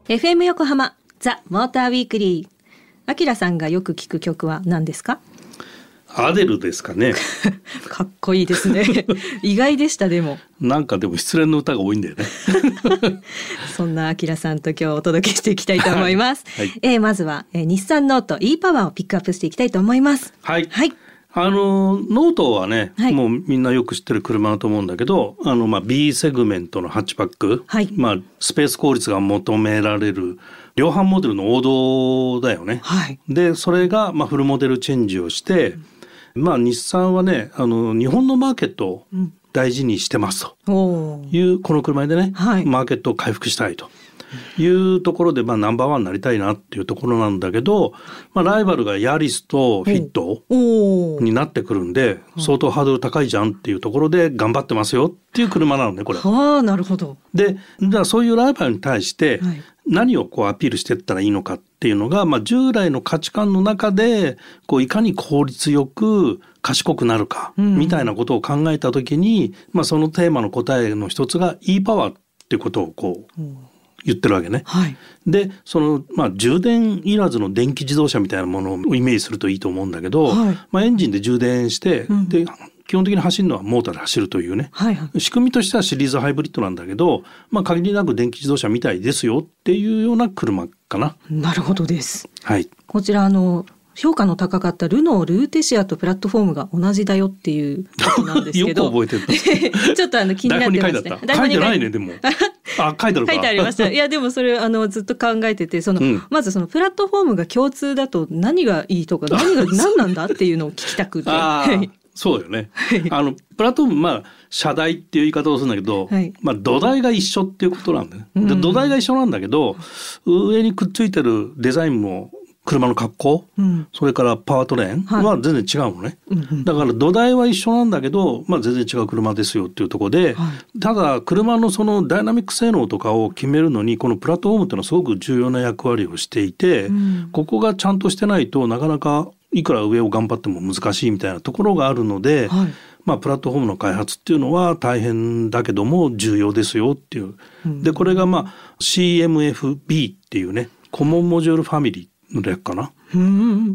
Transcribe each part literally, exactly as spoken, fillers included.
エフエム 横浜ザ・モーターウィークリー。あきらさんがよく聞く曲は何ですか？ アデルですかね。 かっこいいですね。意外でした。でもなんかでも失恋の歌が多いんだよね。 そんなあきらさんと今日お届けしていきたいと思います。 はいえー、まずは、えー、日産ノート e パワーをピックアップしていきたいと思います。 はい、 はい、 あのノートはね、 はい、 もうみんなよく知ってる車だと思うんだけど、あの、まあ、B セグメントのハッチバック、 はい、 まあ、スペース効率が求められる量販モデルの王道だよね。 はい、 でそれが、まあ、フルモデルチェンジをして、うん、まあ、日産はね、あの日本のマーケットを大事にしてますという、うん、この車でね、はい、マーケットを回復したいというところで、まあ、ナンバーワンになりたいなっていうところなんだけど、まあ、ライバルがヤリスとフィットになってくるんで、相当ハードル高いじゃんっていうところで頑張ってますよっていう車なのね、これ。 はあ、なるほど。 で、じゃあそういうライバルに対して何をこうアピールしていったらいいのかっていうのが、まあ、従来の価値観の中でこういかに効率よく賢くなるかみたいなことを考えたときに、うん、まあ、そのテーマの答えの一つが e パワーっていうことをこう、うん言ってるわけね。はい、でその、まあ、充電いらずの電気自動車みたいなものをイメージするといいと思うんだけど、はい、まあ、エンジンで充電して、うん、で基本的に走るのはモーターで走るというね、はいはい、仕組みとしてはシリーズハイブリッドなんだけど、まあ、限りなく電気自動車みたいですよっていうような車かな。 なるほどです。 はい、 こちらあの評価の高かったルノールーテシアとプラットフォームが同じだよっていうことなんですけどよく覚えてる。 ちょっとあの気になってました。 書いてないね。でもあ、書いてあるか。 書いてありました。いやでもそれあのずっと考えてて、その、うん、まずそのプラットフォームが共通だと何がいいとか何が何なんだっていうのを聞きたくて。 そうよね。あのプラットフォーム、まあ車台っていう言い方をするんだけど、はい、まあ土台が一緒っていうことなんだね。で土台が一緒なんだけど、上にくっついてるデザインも車の格好、うん、それからパワートレーンは全然違うのね、はい、だから土台は一緒なんだけど、まあ、全然違う車ですよっていうところで、はい、ただ車のそのダイナミック性能とかを決めるのにこのプラットフォームっていうのはすごく重要な役割をしていて、うん、ここがちゃんとしてないとなかなかいくら上を頑張っても難しいみたいなところがあるので、はい、まあ、プラットフォームの開発っていうのは大変だけども重要ですよっていう、うん、でこれがまあ シーエムエフビー っていうねコモンモジュールファミリーの略かな、うん、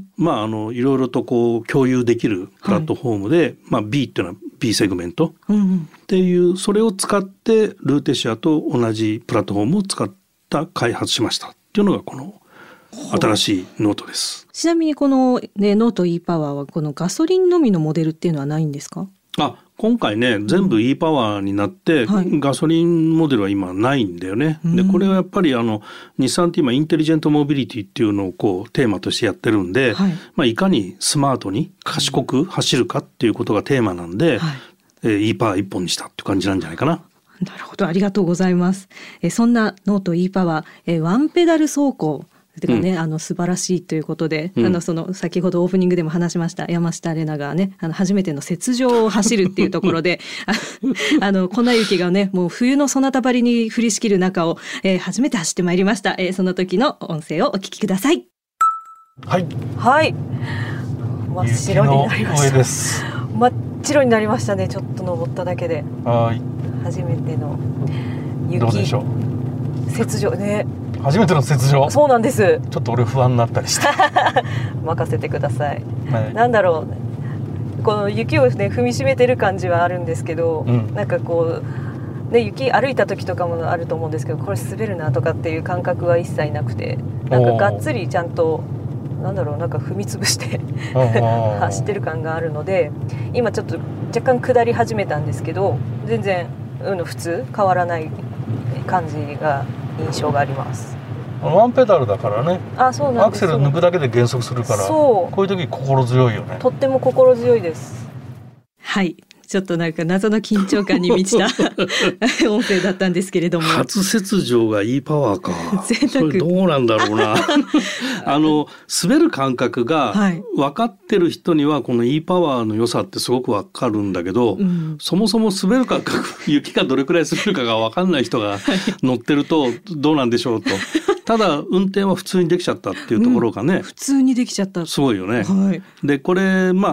まああのいろいろとこう共有できるプラットフォームで、はい、まあ、B っていうのは B セグメントっていう、それを使ってルーテシアと同じプラットフォームを使った開発しましたっていうのがこの新しいノートです。 ちなみにこの、ね、ノート e パワーはこのガソリンのみのモデルっていうのはないんですか？ あ、今回ね全部 e パワーになって、うん、はい、ガソリンモデルは今ないんだよね。でこれはやっぱりあの日産って今インテリジェントモビリティっていうのをこうテーマとしてやってるんで、はい、まあ、いかにスマートに賢く走るかっていうことがテーマなんで、はい、えー、e パワー一本にしたっていう感じなんじゃないかな。 なるほど、ありがとうございます。えそんなノート e パワー、えワンペダル走行てかね、うん、あの素晴らしいということで、うん、あのその先ほどオープニングでも話しました山下玲奈がねあの初めての雪上を走るっていうところであ, あの粉雪がねもう冬のそなたばりに降りしきる中を、えー、初めて走ってまいりました、えー、その時の音声をお聞きください。 はいはい、真っ白になりました。 雪の上です。 真っ白になりましたね。ちょっと登っただけで。 はい、 初めての雪。 どうでしょう。雪上ね。 初めての雪上。 そうなんです。 ちょっと俺不安になったりして任せてください、 はい、 なんだろう、この雪をね踏みしめてる感じはあるんですけど、うん、なんかこう、ね、雪歩いた時とかもあると思うんですけど、これ滑るなとかっていう感覚は一切なくて、なんかがっつりちゃんとなんだろう、なんか踏み潰して走ってる感があるので、今ちょっと若干下り始めたんですけど、全然、うん、普通変わらない感じが印象があります。 ワンペダルだからね。 あ、そうなんです。 アクセル抜くだけで減速するから、そうこういう時心強いよね。 とっても心強いです。はい、ちょっとなんか謎の緊張感に満ちた音声だったんですけれども、 初雪上が e パワーかそれどうなんだろうなあの滑る感覚が分かってる人にはこの e パワーの良さってすごく分かるんだけど、うん、そもそも滑る感覚雪がどれくらい滑るかが分かんない人が乗ってるとどうなんでしょうとただ運転は普通にできちゃったっていうところがね、うん、 普通にできちゃった、 すごいよね、 はい、 でこれまあ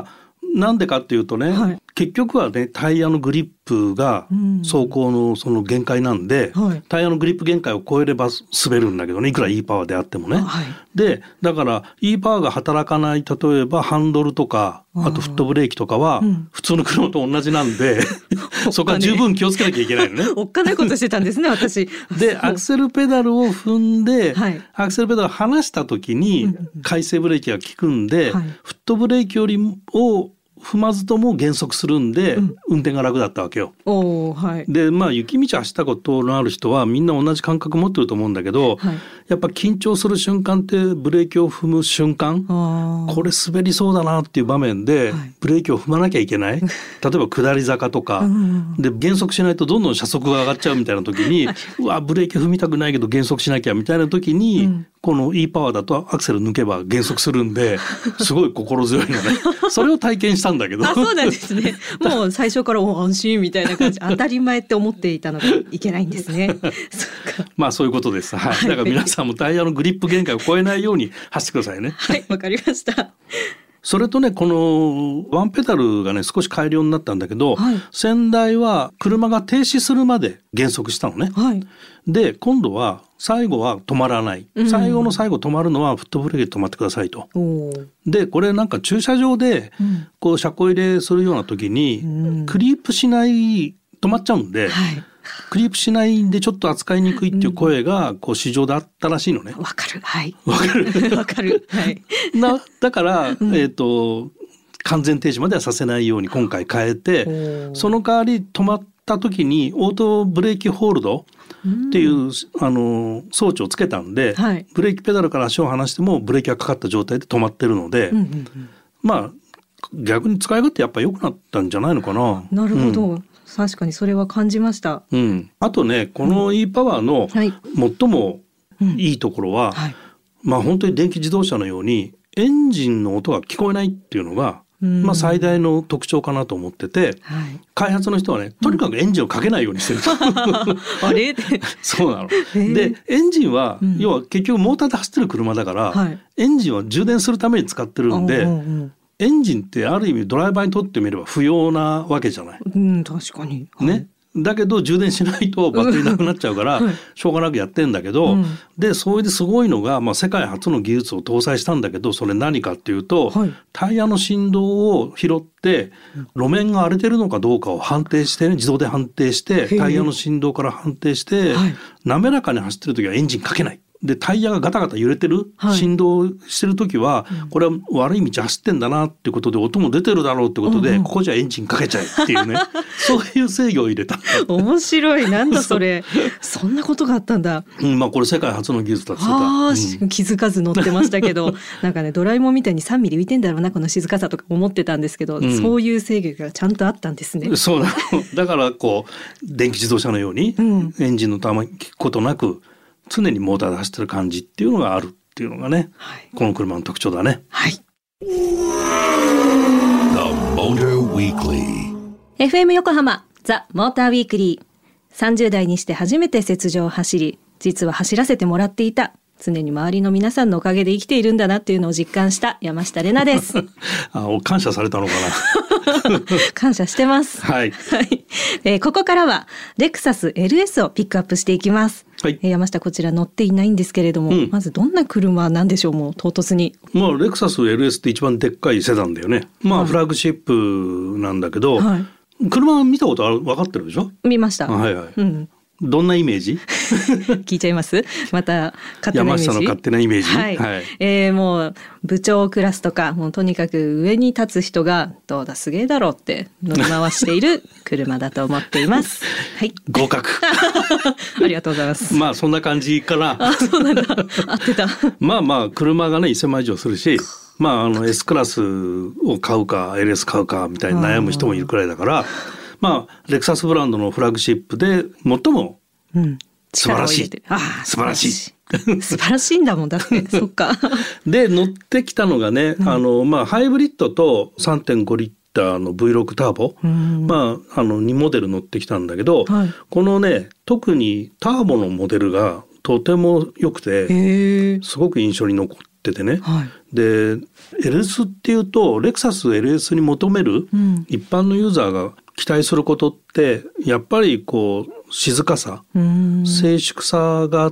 なんでかっていうとね、はい、結局はねタイヤのグリップが走行のその限界なんで、うんはい、タイヤのグリップ限界を超えれば滑るんだけどね、いくらいいパワーであってもね、はい、でだからいいパワーが働かない、例えばハンドルとかあとフットブレーキとかは普通の車と同じなんで、うん、そこは十分気をつけなきゃいけないのね。 おっかないことしてたんですね私。 でアクセルペダルを踏んで、はい、アクセルペダルを離した時に回生ブレーキが効くんで、はい、フットブレーキよりを踏まずとも減速するんで、うん、運転が楽だったわけよ。お、はい、でまあ雪道走ったことのある人はみんな同じ感覚持ってると思うんだけど、はい、やっぱ緊張する瞬間ってブレーキを踏む瞬間、これ滑りそうだなっていう場面で、はい、ブレーキを踏まなきゃいけない。例えば下り坂とか、うん、で減速しないとどんどん車速が上がっちゃうみたいな時に、はい、うわブレーキ踏みたくないけど減速しなきゃみたいな時に、うん、この E パワーだとアクセル抜けば減速するんですごい心強いのね。それを体験したんだけど。 あ、そうなんですね。もう最初から安心みたいな感じ、当たり前って思っていたのがいけないんですね。そうか。 まあそういうことです。はい。はい、だから皆さんもタイヤのグリップ限界を超えないように走ってくださいね。 はい、わかりました。 それとねこのワンペダルがね少し改良になったんだけど、はい、先代は車が停止するまで減速したのね、はい、で今度は最後は止まらない、うん、最後の最後止まるのはフットブレーキで止まってくださいと。でこれなんか駐車場でこう車庫入れするような時に、うん、クリープしない止まっちゃうんで、はい、クリープしないんでちょっと扱いにくいっていう声がこう市場であったらしいのね。 わかる。はい。 わかる。 わかる。はい。 なだから、うん、えっと完全停止まではさせないように今回変えて、その代わり止まった時にオートブレーキホールドっていう、うん、あの装置をつけたんで、はい、ブレーキペダルから足を離してもブレーキがかかった状態で止まってるので、うんうんうん、まあ逆に使い勝手やっぱ良くなったんじゃないのかな。 なるほど。うん、確かにそれは感じました。 うん、あとねこの E パワーの最もいいところは、うんはい、まあ本当に電気自動車のようにエンジンの音が聞こえないっていうのが、うんまあ、最大の特徴かなと思ってて、はい、開発の人はねとにかくエンジンをかけないようにしてると、うん、あれそうなの。でエンジンは、うん、要は結局モーターで走ってる車だから、はい、エンジンは充電するために使ってるんで、うんうんうんエンジンってある意味ドライバーにとってみれば不要なわけじゃない。 うん、確かに。 はい、ね。だけど充電しないとバッテリーなくなっちゃうからしょうがなくやってんだけど、うん、でそれですごいのが、まあ、世界初の技術を搭載したんだけどそれ何かっていうと、はい、タイヤの振動を拾って路面が荒れてるのかどうかを判定して、ね、自動で判定してタイヤの振動から判定して、はい、滑らかに走ってる時はエンジンかけない。でタイヤがガタガタ揺れてる、はい、振動してる時は、うん、これは悪い道走ってんだなってことで音も出てるだろうってことで、うんうん、ここじゃエンジンかけちゃえっていうねそういう制御を入れた。 面白い。なんだそれそんなことがあったんだ。 うん、まあこれ世界初の技術だって言ってた、うん、気づかず乗ってましたけどなんかねドラえもんみたいにさんミリ浮いてんだろうなこの静かさとか思ってたんですけど、うん、そういう制御がちゃんとあったんですね。 そうなの。だからこう電気自動車のように、うん、エンジンの弾聞くことなく常にモーターで走ってる感じっていうのがあるっていうのがね、はい、この車の特徴だね。 はい。エフエム 横浜ザ・モーターウィークリー。さんじゅう代にして初めて雪上を走り、実は走らせてもらっていた。常に周りの皆さんのおかげで生きているんだなっていうのを実感した山下玲奈です。 あ、感謝されたのかな。 感謝してます。 はい。 はい。えー、ここからはレクサス エルエス をピックアップしていきます。はい。えー、山下こちら乗っていないんですけれども、うん、まずどんな車なんでしょう。もう唐突に。 まあレクサス エルエス って一番でっかいセダンだよね。まあ、はい、フラッグシップなんだけど、はい、車見たことある分かってるでしょ。 見ました。 はいはい。うん。どんなイメージ聞いちゃいます。また勝手なイメージ。 山下の勝手なイメージ。 はい。はい、えー、もう部長クラスとかもうとにかく上に立つ人がどうだすげえだろうって乗り回している車だと思っています。はい。 合格。 ありがとうございます。 まあそんな感じかな。 あ、そうなんだ。合ってた。 まあまあ車がねせんまん以上するし。まああの S クラスを買うか エルエス 買うかみたいに悩む人もいるくらいだから。まあレクサスブランドのフラッグシップで最も素晴らしい、うん、あ素晴らしい素晴らしいんだもんだってそっかで乗ってきたのがね、うん、あのまあハイブリッドと さんてんご リッターの ブイろく ターボ、うん、まああのにモデル乗ってきたんだけど、はい、このね特にターボのモデルがとても良くてすごく印象に残っっててね、はい、で エルエス っていうとレクサス エルエス に求める一般のユーザーが期待することってやっぱりこう静かさ、静粛さがあって、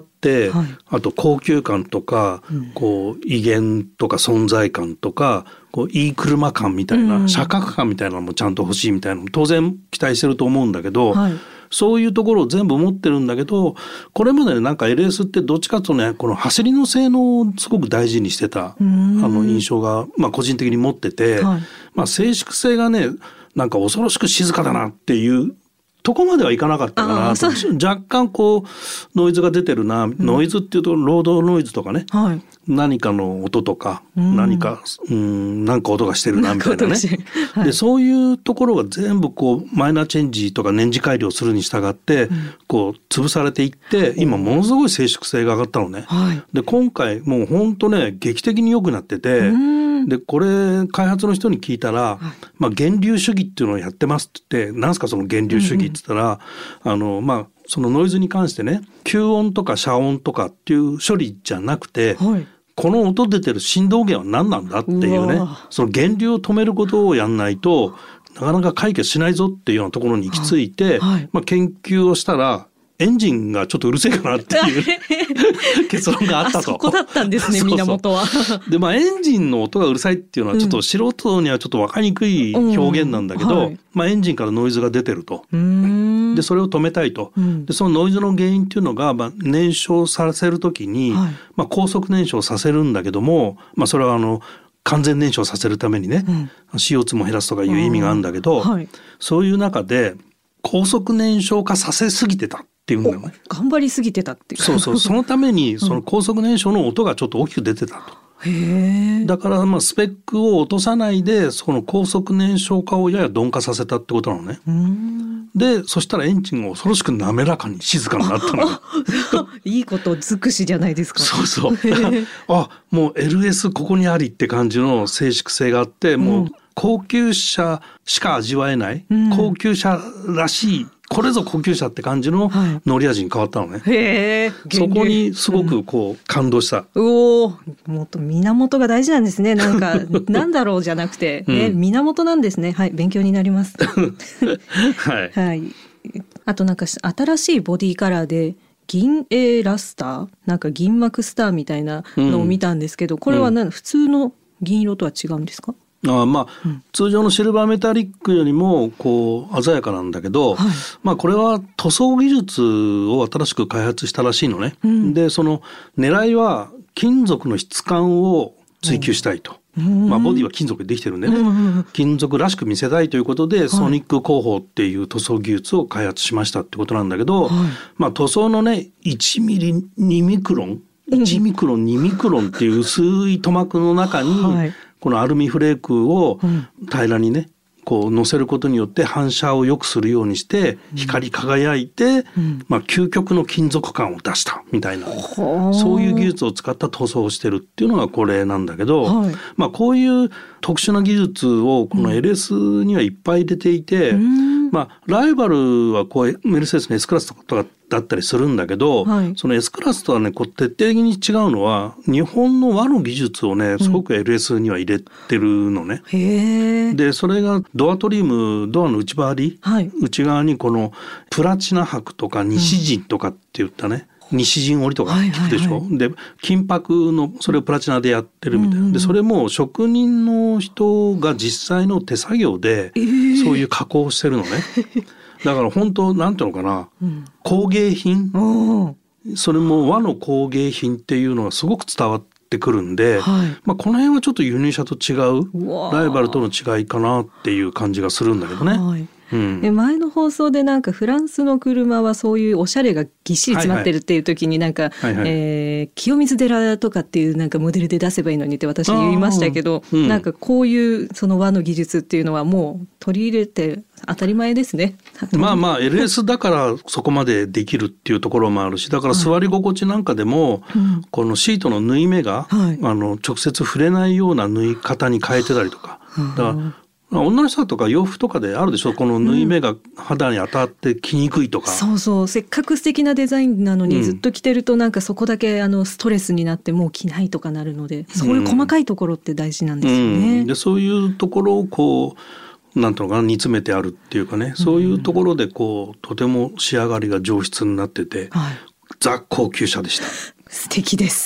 はい、あと高級感とか、うん、こう威厳とか存在感とかこういい車感みたいな、車格感みたいなのもちゃんと欲しいみたいなのも当然期待してると思うんだけど、はい、そういうところを全部持ってるんだけど、これまでなんか エルエス ってどっちかというとね、この走りの性能をすごく大事にしてたあの印象が、まあ、個人的に持ってて、はい、まあ、静粛性がねなんか恐ろしく静かだなっていうとこまではいかなかったかな。若干こうノイズが出てるな、うん、ノイズっていうとロードノイズとかね、はい、何かの音とか、うん、何かうんなんか音がしてるなみたいなね、はい、でそういうところが全部こうマイナーチェンジとか年次改良するに従って、うん、こう潰されていって今ものすごい静粛性が上がったのね、はい、で今回もう本当ね劇的に良くなってて、うんでこれ開発の人に聞いたら、はい、まあ、源流主義っていうのをやってますって言って、何すかその源流主義って言ったら、うんうん、あのまあそのノイズに関してね、吸音とか遮音とかっていう処理じゃなくて、はい、この音出てる振動源は何なんだっていうね、その源流を止めることをやんないとなかなか解決しないぞっていうようなところに行き着いて、はいはい、まあ、研究をしたらエンジンがちょっとうるせえかなっていう結論があったと。 あそこだったんですね、源は。 で、まあエンジンの音がうるさいっていうのはちょっと素人にはちょっと分かりにくい表現なんだけど、うんはい、まあエンジンからノイズが出てると。うーんでそれを止めたいと。うん、でそのノイズの原因っていうのが、まあ、燃焼させるときに、はい、まあ、高速燃焼させるんだけども、まあ、それはあの完全燃焼させるためにね、うん、シーオーツー も減らすとかいう意味があるんだけど、はい、そういう中で高速燃焼化させすぎてたっていうんだよね。 頑張りすぎてたっていう。 そうそう、そのためにその高速燃焼の音がちょっと大きく出てたと。へー。だからまあスペックを落とさないでその高速燃焼化をやや鈍化させたってことなのね。うーんでそしたらエンジンが恐ろしく滑らかに静かになったのよ。 いいこと尽くしじゃないですか。 そうそう。あ、もう エルエス ここにありって感じの静粛性があって、うん、もう高級車しか味わえない、うん、高級車らしいこれぞ高級車って感じの乗り味に変わったのね、はい、へー、そこにすごくこう感動した、 うん、おお、もっと源が大事なんですね。なんかなんだろうじゃなくて、ね、うん、源なんですね。はい、勉強になります。はい、はい、あとなんか新しいボディカラーで銀 A ラスター、なんか銀幕スターみたいなのを見たんですけど、うん、これは何、普通の銀色とは違うんですか？ ああ、まあ、うん、通常のシルバーメタリックよりもこう鮮やかなんだけど、はい、まあこれは塗装技術を新しく開発したらしいのね、うん、でその狙いは金属の質感を追求したいと、うん、まあ、ボディは金属でできてるんでね、うん、金属らしく見せたいということで、はい、ソニック工法っていう塗装技術を開発しましたってことなんだけど、はい、まあ塗装のねいちミリにミクロンいちミクロンにミクロンっていう薄い塗膜の中に、はい、このアルミフレークを平らにねこう乗せることによって反射を良くするようにして光り輝いて、うん、まあ、究極の金属感を出したみたいな、うん、そういう技術を使った塗装をしてるっていうのがこれなんだけど、はい、まあ、こういう特殊な技術をこの エルエス にはいっぱい入れていて、うん、まあ、ライバルはこうメルセデスの S クラスとかだったりするんだけど、はい、その S クラスとはねこう徹底的に違うのは日本の和の技術をねすごく エルエス には入れてるのね、うん、へー。でそれがドアトリム、ドアの内張り、はい、内側にこのプラチナ箔とか西陣とかって言ったね、うん、西陣織とか聞くでしょ、はいはいはい、で金箔のそれをプラチナでやってるみたいな、うんうん、でそれも職人の人が実際の手作業でそういう加工をしてるのね、えーだから本当なんていうのかな、うん、工芸品、それも和の工芸品っていうのがすごく伝わってくるんで、はい、まあ、この辺はちょっと輸入車と違うライバルとの違いかなっていう感じがするんだけどね、はい、うん、 で前の放送でなんかフランスの車はそういうおしゃれがぎっしり詰まってるっていう時になんか、はいはい、えー、清水寺とかっていうなんかモデルで出せばいいのにって私言いましたけど、うん、なんかこういうその和の技術っていうのはもう取り入れて当たり前ですね。 まあまあ エルエス だからそこまでできるっていうところもあるし、だから座り心地なんかでも、はい、このシートの縫い目が、はい、あの直接触れないような縫い方に変えてたりとか、だから女の人とか洋服とかであるでしょ、この縫い目が肌に当たって着にくいとか、 うん、そうそう、せっかく素敵なデザインなのにずっと着てるとなんかそこだけあのストレスになってもう着ないとかなるので、そういう細かいところって大事なんですよね、 うんうん、でそういうところをこうなんとのかな煮詰めてあるっていうかね、そういうところでこうとても仕上がりが上質になってて、はい、ザ高級車でした。 素敵です。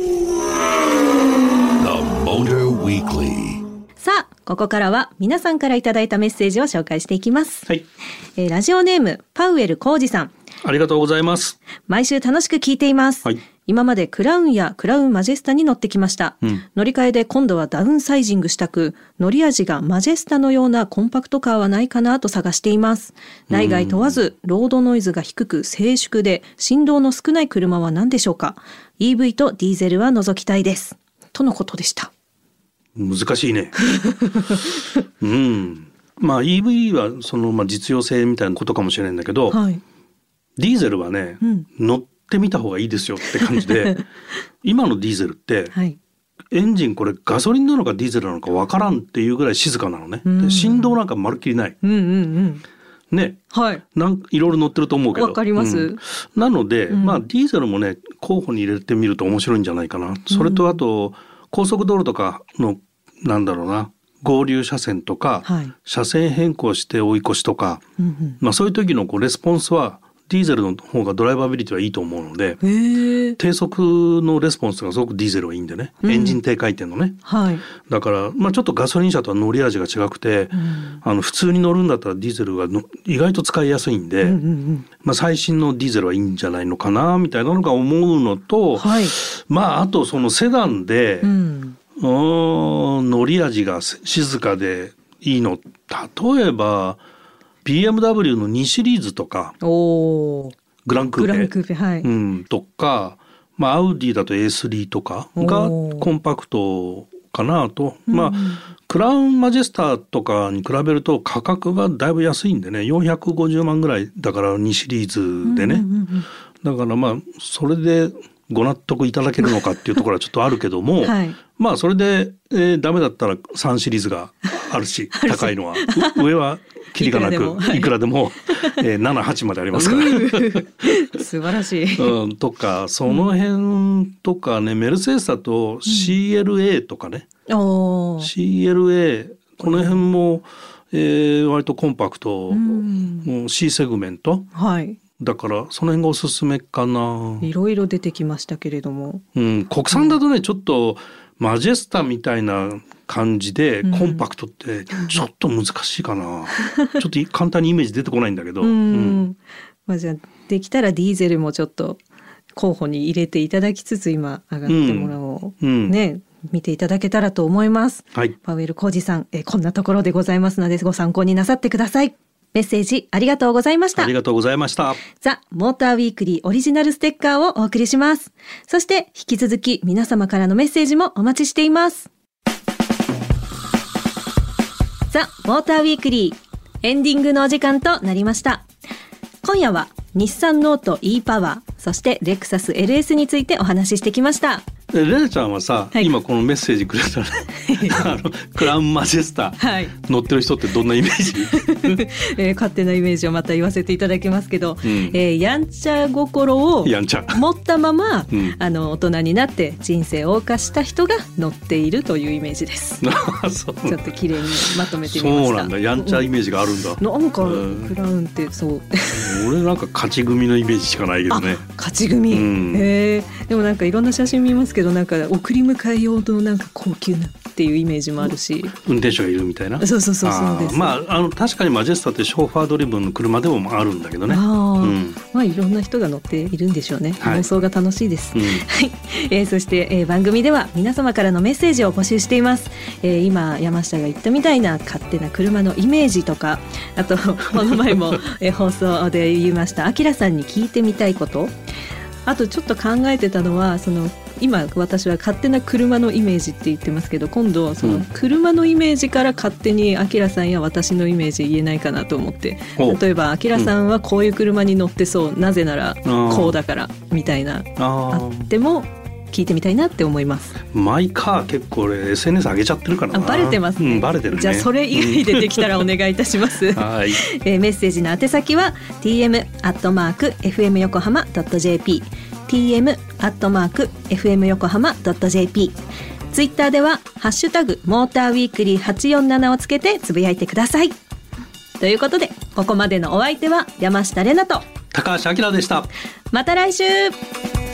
さあここからは皆さんからいただいたメッセージを紹介していきます、 はいえー、ラジオネームパウエル浩二さん、 ありがとうございます。 毎週楽しく聞いています、はい、今までクラウンやクラウンマジェスタに乗ってきました、うん、乗り換えで今度はダウンサイジングしたく、乗り味がマジェスタのようなコンパクトカーはないかなと探しています。内外問わずロードノイズが低く静粛で振動の少ない車は何でしょうか。 イーブイ とディーゼルは除きたいですとのことでした。 難しいねうん、まあ イーブイ はその、まあ、実用性みたいなことかもしれないんだけど、はい、ディーゼルはね、うん、乗ってみた方がいいですよって感じで今のディーゼルって、はい、エンジンこれガソリンなのかディーゼルなのかわからんっていうぐらい静かなのね、うん、で振動なんかまるっきりない、うんうんうんね、はい、なんいろいろ乗ってると思うけど、 わかります、うん、 なので、うん、まあディーゼルもね候補に入れてみると面白いんじゃないかな、うん、それとあと高速道路とかのなんだろうな合流車線とか、はい、車線変更して追い越しとか、うんうんまあ、そういう時のこうレスポンスはディーゼルの方がドライバビリティはいいと思うので、低速のレスポンスがすごくディーゼルはいいんでね、うん、エンジン低回転のね、はい、だから、まあ、ちょっとガソリン車とは乗り味が違くて、うん、あの普通に乗るんだったらディーゼルがの意外と使いやすいんで、うんうんうんまあ、最新のディーゼルはいいんじゃないのかなみたいなのが思うのと、はい、まああとそのセダンで、うん乗り味が静かでいいの、例えば ビーエムダブリュー のにシリーズとかおグランクーペ、グランクーペ、はいうん、とか、まあ、アウディだと エースリー とかがコンパクトかなと、まあ、クラウンマジェスタとかに比べると価格がだいぶ安いんでね、よんひゃくごじゅうまんぐらいだからにシリーズでね、うんうんうん、だからまあそれでご納得いただけるのかっていうところはちょっとあるけども、はい、まあそれで、えー、ダメだったらさんシリーズがあるし高いのは上はキリがなくいくらでも、はいえー、なな、はちまでありますから素晴らしい、 うん、とかその辺とかね、メルセデスだと シーエルエー とかね、うん、シーエルエー この辺も、えー、割とコンパクト、うん、C セグメント、はいだからその辺がおすすめかな。 いろいろ出てきましたけれども、 うん、国産だとね、うん、ちょっとマジェスタみたいな感じでコンパクトってちょっと難しいかな、うん、ちょっと簡単にイメージ出てこないんだけど、うんうんまあ、じゃあできたらディーゼルもちょっと候補に入れていただきつつ今上がってもらおう、うん、ね見ていただけたらと思います、はい、パウエル浩二さんえこんなところでございますのでご参考になさってください。メッセージありがとうございました。 ありがとうございました。 ザ・モーターウィークリーオリジナルステッカーをお送りします。そして引き続き皆様からのメッセージもお待ちしています。ザ・モーターウィークリーエンディングのお時間となりました。今夜は日産ノート e パワーそしてレクサス エルエス についてお話ししてきました。 レナちゃんはさ、はい、今このメッセージくれたらあのクラウンマジェスタ、はい、乗ってる人ってどんなイメージ、 えー、勝手なイメージをまた言わせていただきますけど、うんえー、やんちゃ心を持ったまま、うん、あの大人になって人生を謳歌した人が乗っているというイメージですそうちょっと綺麗にまとめてみました。 そうなんだ、やんちゃイメージがあるんだ、 うん、なんかクラウンってそう俺なんか勝ち組のイメージしかないけどね。 勝ち組、うん、へーでもなんかいろんな写真見ますけどなんか送り迎え用のなんか高級なっていうイメージもあるし、 運転手がいるみたいな。 そうそうそうそうです。 まああの確かにマジェスタってショーファードリブンの車でもあるんだけどね。あ、うん、 まあいろんな人が乗っているんでしょうね。妄想が楽しいです。はい、うんはいえー、そして、えー、番組では皆様からのメッセージを募集しています。えー、今山下が言ったみたいな勝手な車のイメージとか、あとこの前も、えー、放送で言いましたアキラさんに聞いてみたいこと。あとちょっと考えてたのはその今私は勝手な車のイメージって言ってますけど今度その車のイメージから勝手にアキラさんや私のイメージ言えないかなと思って、例えばアキラさんはこういう車に乗ってそう、なぜならこうだからみたいなあっても聞いてみたいなって思います。 マイカー結構俺 エスエヌエス 上げちゃってるからな。 バレてますね、 うん、バレてるね。 じゃあそれ以外でできたらお願いいたしますはい、 えー、メッセージの宛先は ティーエム アットマーク エフエム 横浜 ドット ジェーピー ティーエム アットマーク エフエム 横浜 ドット ジェーピー ツイッターではハッシュタグモーターウィークリーはちよんななをつけてつぶやいてください。ということでここまでのお相手は山下れなと高橋明でした。 また来週。